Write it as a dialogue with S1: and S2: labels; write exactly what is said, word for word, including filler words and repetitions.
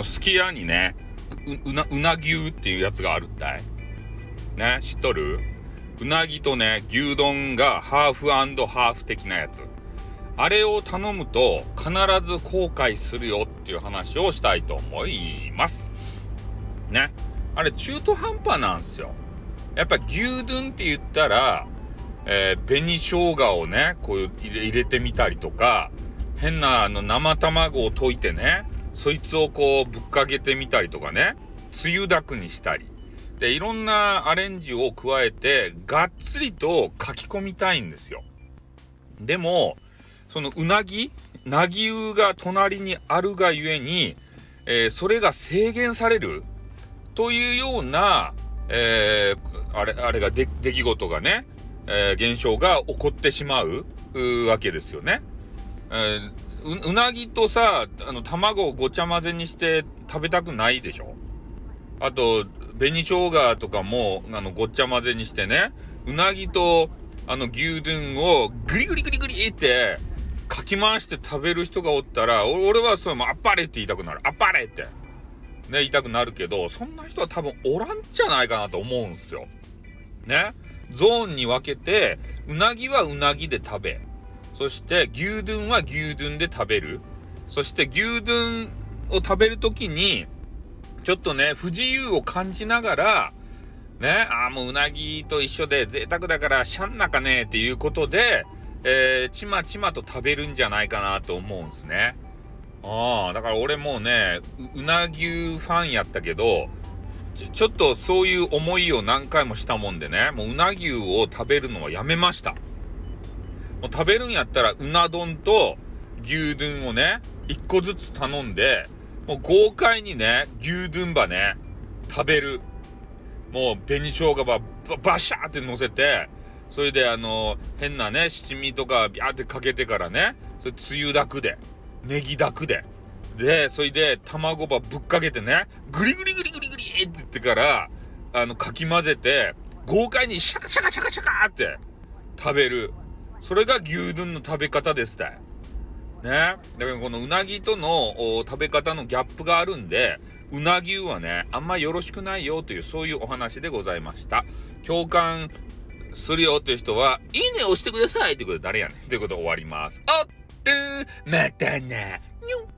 S1: すき家にね、う, う, なうな牛っていうやつがあるったいね。知っとる？うなぎとね、牛丼がハーフ&ハーフ的なやつ、あれを頼むと必ず後悔するよっていう話をしたいと思いますね。あれ中途半端なんすよ。やっぱ牛丼って言ったら、えー、紅生姜をねこう入れ、入れてみたりとか、変なあの生卵を溶いてね、そいつをこうぶっかけてみたりとかね、つゆだくにしたりで、いろんなアレンジを加えてがっつりと書き込みたいんですよ。でもそのうなぎなぎうが隣にあるがゆえに、えー、それが制限されるというような、えー、あれあれがで出来事がね、えー、現象が起こってしまうわけですよね。えー、う, うなぎとさ、あの卵をごちゃ混ぜにして食べたくないでしょ。あと紅生姜とかもあのごっちゃ混ぜにしてね、うなぎとあの牛丼をグリグリグリグリってかき回して食べる人がおったら、俺はそれもあっぱれって言いたくなる。あっぱれってね言いたくなるけど、そんな人は多分おらんじゃないかなと思うんすよね。ゾーンに分けて、うなぎはうなぎで食べ、そして牛丼は牛丼で食べる。そして牛丼を食べるときにちょっとね不自由を感じながらね、ああもううなぎと一緒で贅沢だからしゃんなかねっていうことで、えー、ちまちまと食べるんじゃないかなと思うんですね。ああ、だから俺もうね う, うなぎファンやったけど、ちょ、ちょっとそういう思いを何回もしたもんでね、もううなぎを食べるのはやめました。もう食べるんやったらうな丼と牛丼をね一個ずつ頼んで、もう豪快にね牛丼ばね食べる。もう紅生姜ばバシャーって乗せて、それであの変なね七味とかビャーってかけてからね、それつゆだくでネギだくでで、それで卵ばぶっかけてね、グリグリグリグリグリって言ってからあのかき混ぜて豪快にシャカシャカシャカシャカって食べる。それが牛丼の食べ方ですたいね。だからこのうなぎとの食べ方のギャップがあるんで、うなぎはねあんまよろしくないよという、そういうお話でございました。共感するよっていう人はいいね押してくださいってことで、誰やねんということで終わります。あってまたなにょ